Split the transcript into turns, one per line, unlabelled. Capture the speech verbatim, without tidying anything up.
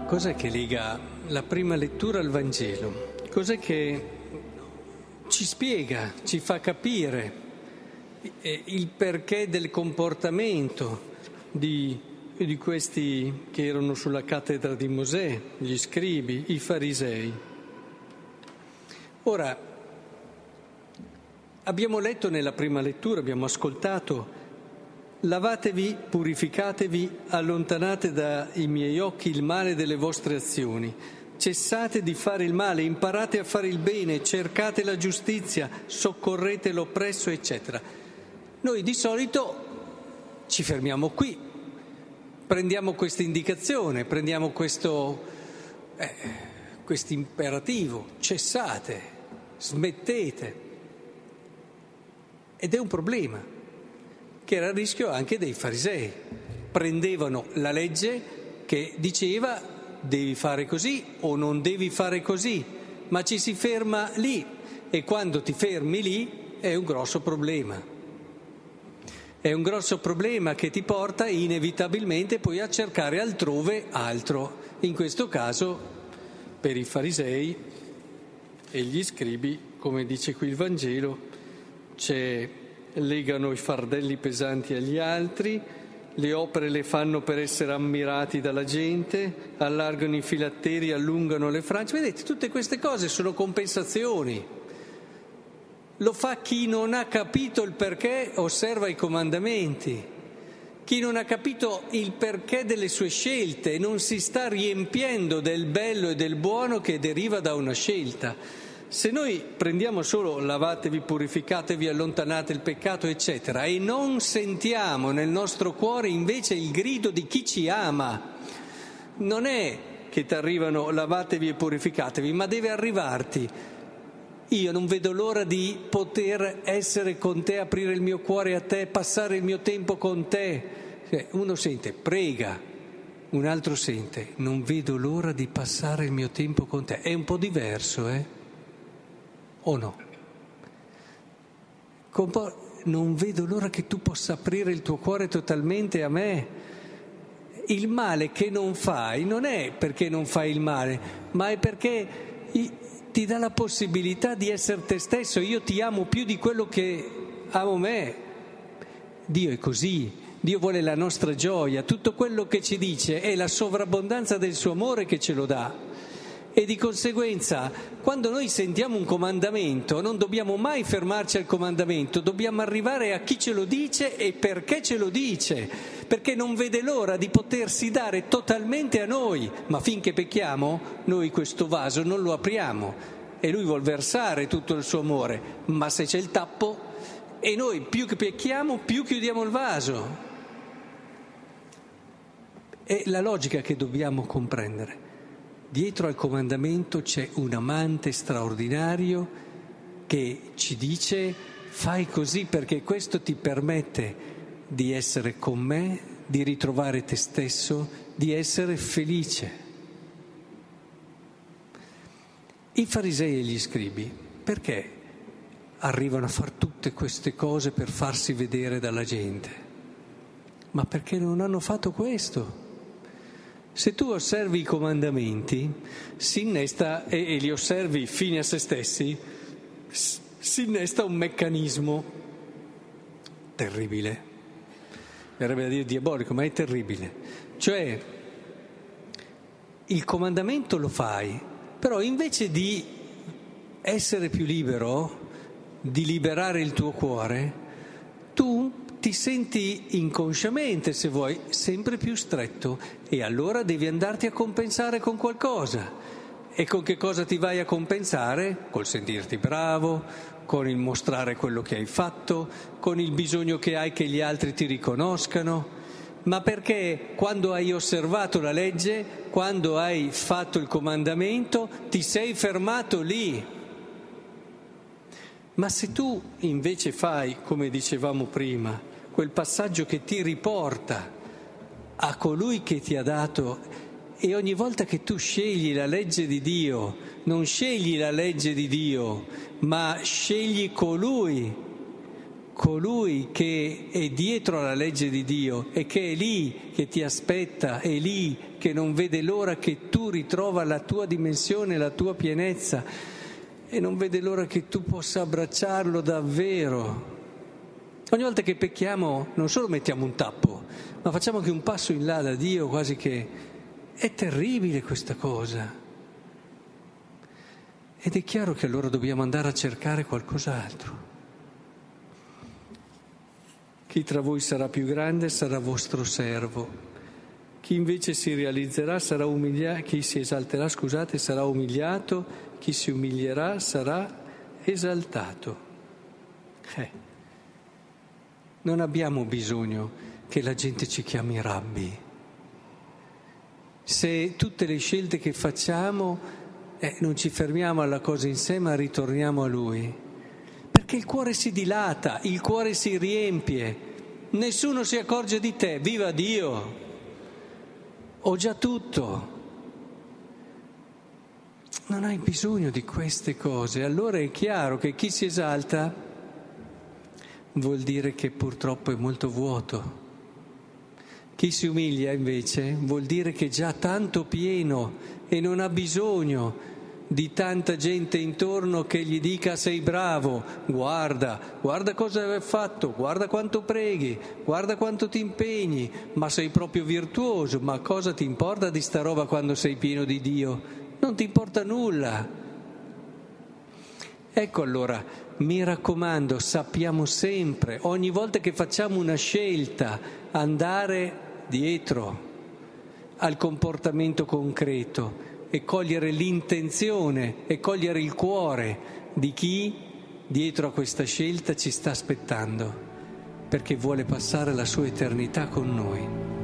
Cos'è che lega la prima lettura al Vangelo? Cos'è che ci spiega, ci fa capire il perché del comportamento di, di questi che erano sulla cattedra di Mosè, gli scribi, i farisei? Ora, abbiamo letto nella prima lettura, abbiamo ascoltato: lavatevi, purificatevi, allontanate dai miei occhi il male delle vostre azioni, cessate di fare il male, imparate a fare il bene, cercate la giustizia, soccorrete l'oppresso, eccetera. Noi di solito ci fermiamo qui, prendiamo questa indicazione, prendiamo questo eh, questo imperativo: cessate, smettete. Ed è un problema, che era il rischio anche dei farisei. Prendevano la legge che diceva devi fare così o non devi fare così, ma ci si ferma lì, e quando ti fermi lì è un grosso problema. È un grosso problema che ti porta inevitabilmente poi a cercare altrove altro. In questo caso, per i farisei e gli scribi, come dice qui il Vangelo, c'è legano i fardelli pesanti agli altri, le opere le fanno per essere ammirati dalla gente, allargano i filatteri, allungano le frange. Vedete, tutte queste cose sono compensazioni. Lo fa chi non ha capito il perché osserva i comandamenti, chi non ha capito il perché delle sue scelte e non si sta riempiendo del bello e del buono che deriva da una scelta. Se noi prendiamo solo lavatevi, purificatevi, allontanate il peccato, eccetera, e non sentiamo nel nostro cuore invece il grido di chi ci ama, non è che ti arrivano lavatevi e purificatevi, ma deve arrivarti: io non vedo l'ora di poter essere con te, aprire il mio cuore a te, passare il mio tempo con te. Uno sente prega, un altro sente non vedo l'ora di passare il mio tempo con te. È un po' diverso, eh? O no? Non vedo l'ora che tu possa aprire il tuo cuore totalmente a me. Il male che non fai non è perché non fai il male, ma è perché ti dà la possibilità di essere te stesso. Io ti amo più di quello che amo me. Dio è così, Dio vuole la nostra gioia. Tutto quello che ci dice è la sovrabbondanza del suo amore che ce lo dà. E di conseguenza, quando noi sentiamo un comandamento, non dobbiamo mai fermarci al comandamento, dobbiamo arrivare a chi ce lo dice e perché ce lo dice, perché non vede l'ora di potersi dare totalmente a noi, ma finché pecchiamo, noi questo vaso non lo apriamo e lui vuol versare tutto il suo amore, ma se c'è il tappo, e noi più che pecchiamo, più chiudiamo il vaso. È la logica che dobbiamo comprendere. Dietro al comandamento c'è un amante straordinario che ci dice fai così perché questo ti permette di essere con me, di ritrovare te stesso, di essere felice. I farisei e gli scribi perché arrivano a fare tutte queste cose per farsi vedere dalla gente? Ma perché non hanno fatto questo? Se tu osservi i comandamenti, si innesta, e, e li osservi fini a se stessi, si innesta un meccanismo terribile. Verrebbe da dire diabolico, ma è terribile. Cioè, il comandamento lo fai, però invece di essere più libero, di liberare il tuo cuore, tu ti senti inconsciamente, se vuoi, sempre più stretto, e allora devi andarti a compensare con qualcosa. E con che cosa ti vai a compensare? Col sentirti bravo, con il mostrare quello che hai fatto, con il bisogno che hai che gli altri ti riconoscano. Ma perché quando hai osservato la legge, quando hai fatto il comandamento, ti sei fermato lì. Ma se tu invece fai, come dicevamo prima, quel passaggio che ti riporta a colui che ti ha dato, e ogni volta che tu scegli la legge di Dio, non scegli la legge di Dio, ma scegli colui colui che è dietro alla legge di Dio e che è lì, che ti aspetta, è lì, che non vede l'ora che tu ritrova la tua dimensione, la tua pienezza, e non vede l'ora che tu possa abbracciarlo davvero. Ogni volta che pecchiamo non solo mettiamo un tappo, ma facciamo anche un passo in là da Dio, quasi che è terribile questa cosa. Ed è chiaro che allora dobbiamo andare a cercare qualcos'altro. Chi tra voi sarà più grande sarà vostro servo. Chi invece si realizzerà sarà umiliato, chi si esalterà, scusate, sarà umiliato, chi si umilierà sarà esaltato. Eh. Non abbiamo bisogno che la gente ci chiami rabbi. Se tutte le scelte che facciamo eh, non ci fermiamo alla cosa in sé, ma ritorniamo a Lui. Perché il cuore si dilata, il cuore si riempie, nessuno si accorge di te, viva Dio, ho già tutto. Non hai bisogno di queste cose. Allora è chiaro che chi si esalta vuol dire che purtroppo è molto vuoto. Chi si umilia invece vuol dire che è già tanto pieno e non ha bisogno di tanta gente intorno che gli dica sei bravo, guarda, guarda cosa hai fatto, guarda quanto preghi, guarda quanto ti impegni, ma sei proprio virtuoso, ma cosa ti importa di sta roba quando sei pieno di Dio? Non ti importa nulla. Ecco allora, mi raccomando, sappiamo sempre, ogni volta che facciamo una scelta, andare dietro al comportamento concreto e cogliere l'intenzione e cogliere il cuore di chi dietro a questa scelta ci sta aspettando, perché vuole passare la sua eternità con noi.